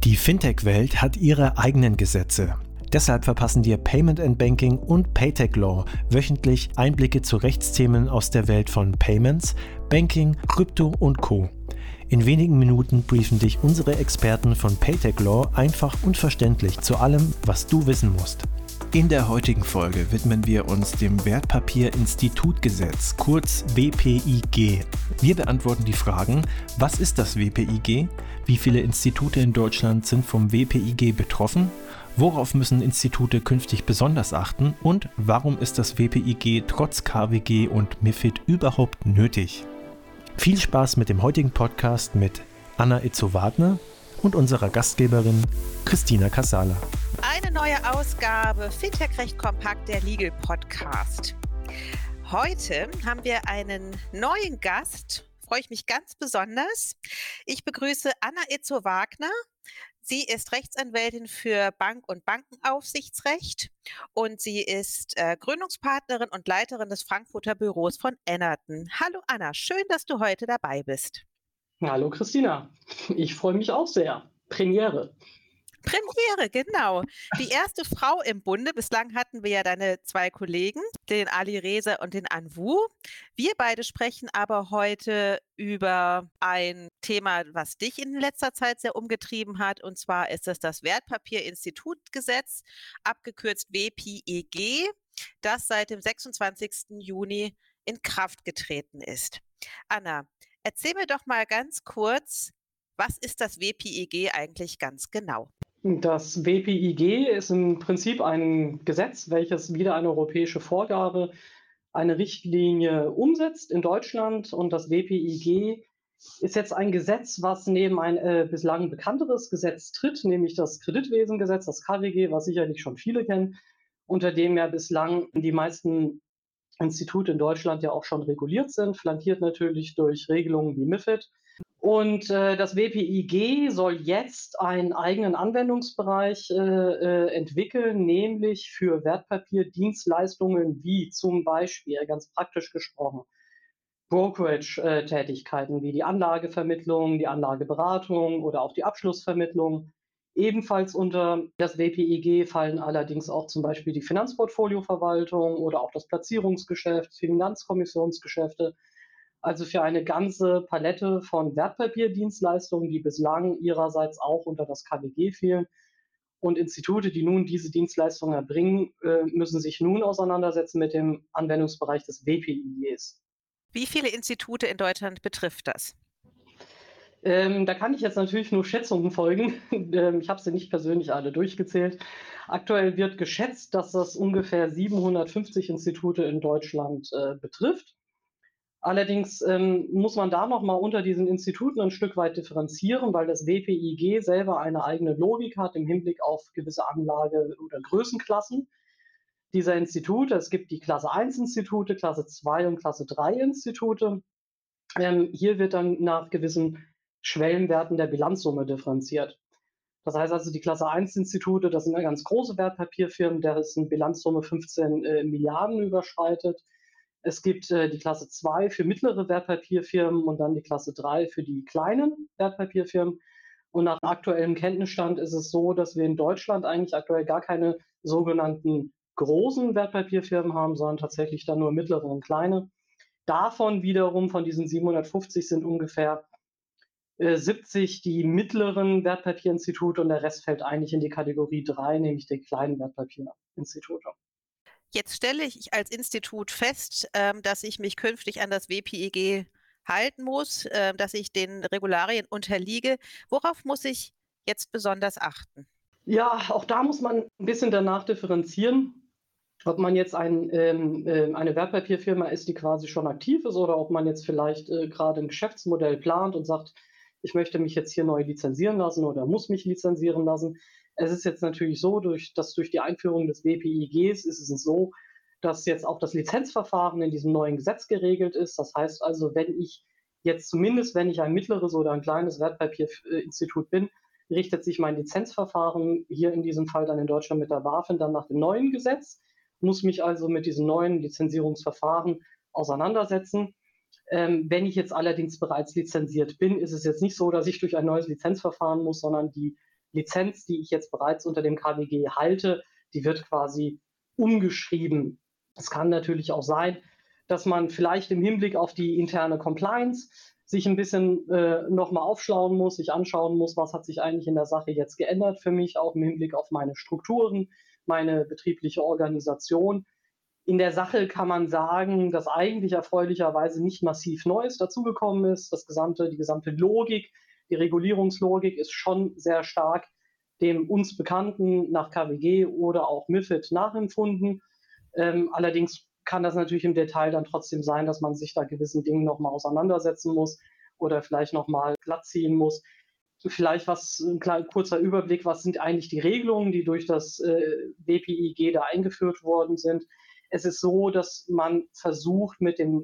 Die Fintech-Welt hat ihre eigenen Gesetze. Deshalb verpassen dir Payment and Banking und Paytech Law wöchentlich Einblicke zu Rechtsthemen aus der Welt von Payments, Banking, Krypto und Co. In wenigen Minuten briefen dich unsere Experten von Paytech Law einfach und verständlich zu allem, was du wissen musst. In der heutigen Folge widmen wir uns dem Wertpapierinstitutgesetz, kurz WPIG. Wir beantworten die Fragen: Was ist das WPIG? Wie viele Institute in Deutschland sind vom WPIG betroffen? Worauf müssen Institute künftig besonders achten? Und warum ist das WPIG trotz KWG und MiFID überhaupt nötig? Viel Spaß mit dem heutigen Podcast mit Anna Itzo-Wagner und unserer Gastgeberin Christina Casala. Eine neue Ausgabe Fintech Recht Kompakt, der Legal Podcast. Heute haben wir einen neuen Gast, freue ich mich ganz besonders. Ich begrüße Anna Itzo-Wagner. Sie ist Rechtsanwältin für Bank- und Bankenaufsichtsrecht und sie ist Gründungspartnerin und Leiterin des Frankfurter Büros von Ennerton. Hallo Anna, schön, dass du heute dabei bist. Hallo Christina, ich freue mich auch sehr. Premiere, genau. Die erste Frau im Bunde. Bislang hatten wir ja deine zwei Kollegen, den Ali Reza und den Anwu. Wir beide sprechen aber heute über ein Thema, was dich in letzter Zeit sehr umgetrieben hat. Und zwar ist es das Wertpapierinstitutgesetz, abgekürzt WPIG, das seit dem 26. Juni in Kraft getreten ist. Anna, erzähl mir doch mal ganz kurz, was ist das WPIG eigentlich ganz genau? Das WPIG ist im Prinzip ein Gesetz, welches wieder eine europäische Vorgabe, eine Richtlinie umsetzt in Deutschland. Und das WPIG ist jetzt ein Gesetz, was neben ein bislang bekannteres Gesetz tritt, nämlich das Kreditwesengesetz, das KWG, was sicherlich schon viele kennen, unter dem ja bislang die meisten Institute in Deutschland ja auch schon reguliert sind, flankiert natürlich durch Regelungen wie MiFID. Und das WPIG soll jetzt einen eigenen Anwendungsbereich entwickeln, nämlich für Wertpapierdienstleistungen wie zum Beispiel, ganz praktisch gesprochen, Brokerage-Tätigkeiten wie die Anlagevermittlung, die Anlageberatung oder auch die Abschlussvermittlung. Ebenfalls unter das WPIG fallen allerdings auch zum Beispiel die Finanzportfolioverwaltung oder auch das Platzierungsgeschäft, Finanzkommissionsgeschäfte. Also für eine ganze Palette von Wertpapierdienstleistungen, die bislang ihrerseits auch unter das KWG fielen. Und Institute, die nun diese Dienstleistungen erbringen, müssen sich nun auseinandersetzen mit dem Anwendungsbereich des WPIGs. Wie viele Institute in Deutschland betrifft das? Da kann ich jetzt natürlich nur Schätzungen folgen. Ich habe sie nicht persönlich alle durchgezählt. Aktuell wird geschätzt, dass das ungefähr 750 Institute in Deutschland betrifft. Allerdings muss man da noch mal unter diesen Instituten ein Stück weit differenzieren, weil das WPIG selber eine eigene Logik hat im Hinblick auf gewisse Anlage- oder Größenklassen dieser Institute. Es gibt die Klasse 1 Institute, Klasse 2 und Klasse 3 Institute. Hier wird dann nach gewissen Schwellenwerten der Bilanzsumme differenziert. Das heißt also, die Klasse 1 Institute, das sind ja ganz große Wertpapierfirmen, dessen Bilanzsumme 15 Milliarden überschreitet. Es gibt die Klasse 2 für mittlere Wertpapierfirmen und dann die Klasse 3 für die kleinen Wertpapierfirmen. Und nach aktuellem Kenntnisstand ist es so, dass wir in Deutschland eigentlich aktuell gar keine sogenannten großen Wertpapierfirmen haben, sondern tatsächlich dann nur mittlere und kleine. Davon wiederum, von diesen 750 sind ungefähr 70 die mittleren Wertpapierinstitute und der Rest fällt eigentlich in die Kategorie 3, nämlich die kleinen Wertpapierinstitute. Jetzt stelle ich als Institut fest, dass ich mich künftig an das WPIG halten muss, dass ich den Regularien unterliege. Worauf muss ich jetzt besonders achten? Ja, auch da muss man ein bisschen danach differenzieren, ob man jetzt eine Wertpapierfirma ist, die quasi schon aktiv ist, oder ob man jetzt vielleicht gerade ein Geschäftsmodell plant und sagt, ich möchte mich jetzt hier neu lizenzieren lassen oder muss mich lizenzieren lassen. Es ist jetzt natürlich so, durch die Einführung des WPIGs ist es so, dass jetzt auch das Lizenzverfahren in diesem neuen Gesetz geregelt ist. Das heißt also, wenn ich ein mittleres oder ein kleines Wertpapierinstitut bin, richtet sich mein Lizenzverfahren hier in diesem Fall dann in Deutschland mit der BaFin dann nach dem neuen Gesetz, muss mich also mit diesem neuen Lizenzierungsverfahren auseinandersetzen. Wenn ich jetzt allerdings bereits lizenziert bin, ist es jetzt nicht so, dass ich durch ein neues Lizenzverfahren muss, sondern die Lizenz, die ich jetzt bereits unter dem KWG halte, die wird quasi umgeschrieben. Es kann natürlich auch sein, dass man vielleicht im Hinblick auf die interne Compliance sich ein bisschen nochmal aufschlauen muss, sich anschauen muss, was hat sich eigentlich in der Sache jetzt geändert für mich, auch im Hinblick auf meine Strukturen, meine betriebliche Organisation. In der Sache kann man sagen, dass eigentlich erfreulicherweise nicht massiv Neues dazugekommen ist. Die gesamte Logik, die Regulierungslogik ist schon sehr stark dem uns Bekannten nach KWG oder auch MiFID nachempfunden. Allerdings kann das natürlich im Detail dann trotzdem sein, dass man sich da gewissen Dingen nochmal auseinandersetzen muss oder vielleicht nochmal glatt ziehen muss. Vielleicht ein kurzer Überblick, was sind eigentlich die Regelungen, die durch das WPIG da eingeführt worden sind. Es ist so, dass man versucht, mit dem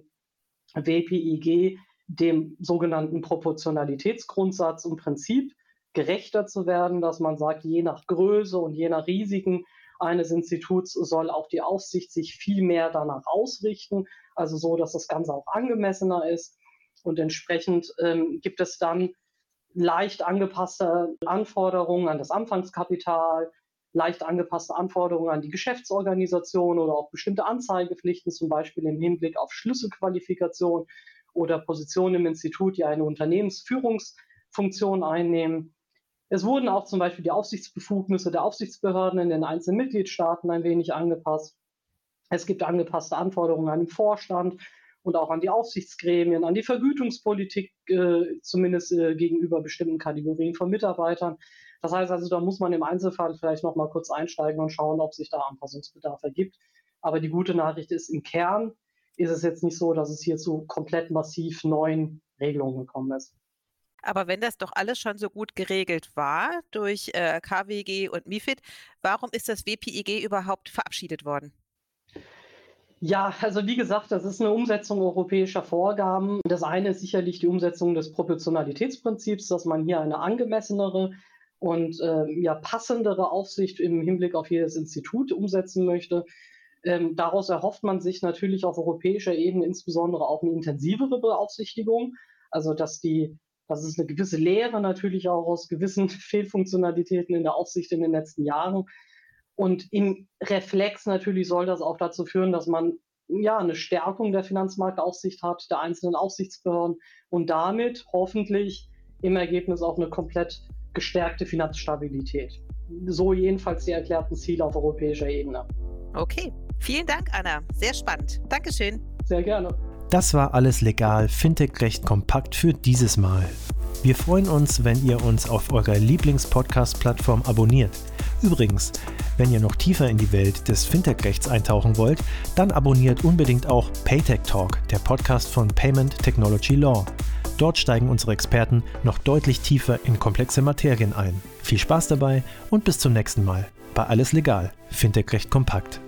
WPIG dem sogenannten Proportionalitätsgrundsatz im Prinzip gerechter zu werden, dass man sagt, je nach Größe und je nach Risiken eines Instituts soll auch die Aufsicht sich viel mehr danach ausrichten, also so, dass das Ganze auch angemessener ist. Und entsprechend gibt es dann leicht angepasste Anforderungen an das Anfangskapital, leicht angepasste Anforderungen an die Geschäftsorganisation oder auch bestimmte Anzeigepflichten, zum Beispiel im Hinblick auf Schlüsselqualifikation oder Positionen im Institut, die eine Unternehmensführungsfunktion einnehmen. Es wurden auch zum Beispiel die Aufsichtsbefugnisse der Aufsichtsbehörden in den einzelnen Mitgliedstaaten ein wenig angepasst. Es gibt angepasste Anforderungen an den Vorstand und auch an die Aufsichtsgremien, an die Vergütungspolitik, zumindest gegenüber bestimmten Kategorien von Mitarbeitern. Das heißt also, da muss man im Einzelfall vielleicht noch mal kurz einsteigen und schauen, ob sich da Anpassungsbedarf ergibt. Aber die gute Nachricht ist, im Kern ist es jetzt nicht so, dass es hier zu komplett massiv neuen Regelungen gekommen ist. Aber wenn das doch alles schon so gut geregelt war durch KWG und MiFID, warum ist das WPIG überhaupt verabschiedet worden? Ja, also wie gesagt, das ist eine Umsetzung europäischer Vorgaben. Das eine ist sicherlich die Umsetzung des Proportionalitätsprinzips, dass man hier eine angemessenere und passendere Aufsicht im Hinblick auf jedes Institut umsetzen möchte. Daraus erhofft man sich natürlich auf europäischer Ebene insbesondere auch eine intensivere Beaufsichtigung, also dass es eine gewisse Lehre natürlich auch aus gewissen Fehlfunktionalitäten in der Aufsicht in den letzten Jahren. Und im Reflex natürlich soll das auch dazu führen, dass man eine Stärkung der Finanzmarktaufsicht hat, der einzelnen Aufsichtsbehörden und damit hoffentlich im Ergebnis auch eine komplett gestärkte Finanzstabilität. So jedenfalls die erklärten Ziele auf europäischer Ebene. Okay, vielen Dank, Anna. Sehr spannend. Dankeschön. Sehr gerne. Das war alles legal, Fintech-Recht kompakt für dieses Mal. Wir freuen uns, wenn ihr uns auf eurer Lieblings-Podcast-Plattform abonniert. Übrigens, wenn ihr noch tiefer in die Welt des Fintech-Rechts eintauchen wollt, dann abonniert unbedingt auch Paytech Talk, der Podcast von Payment Technology Law. Dort steigen unsere Experten noch deutlich tiefer in komplexe Materien ein. Viel Spaß dabei und bis zum nächsten Mal bei Alles Legal, Fintech-Recht kompakt.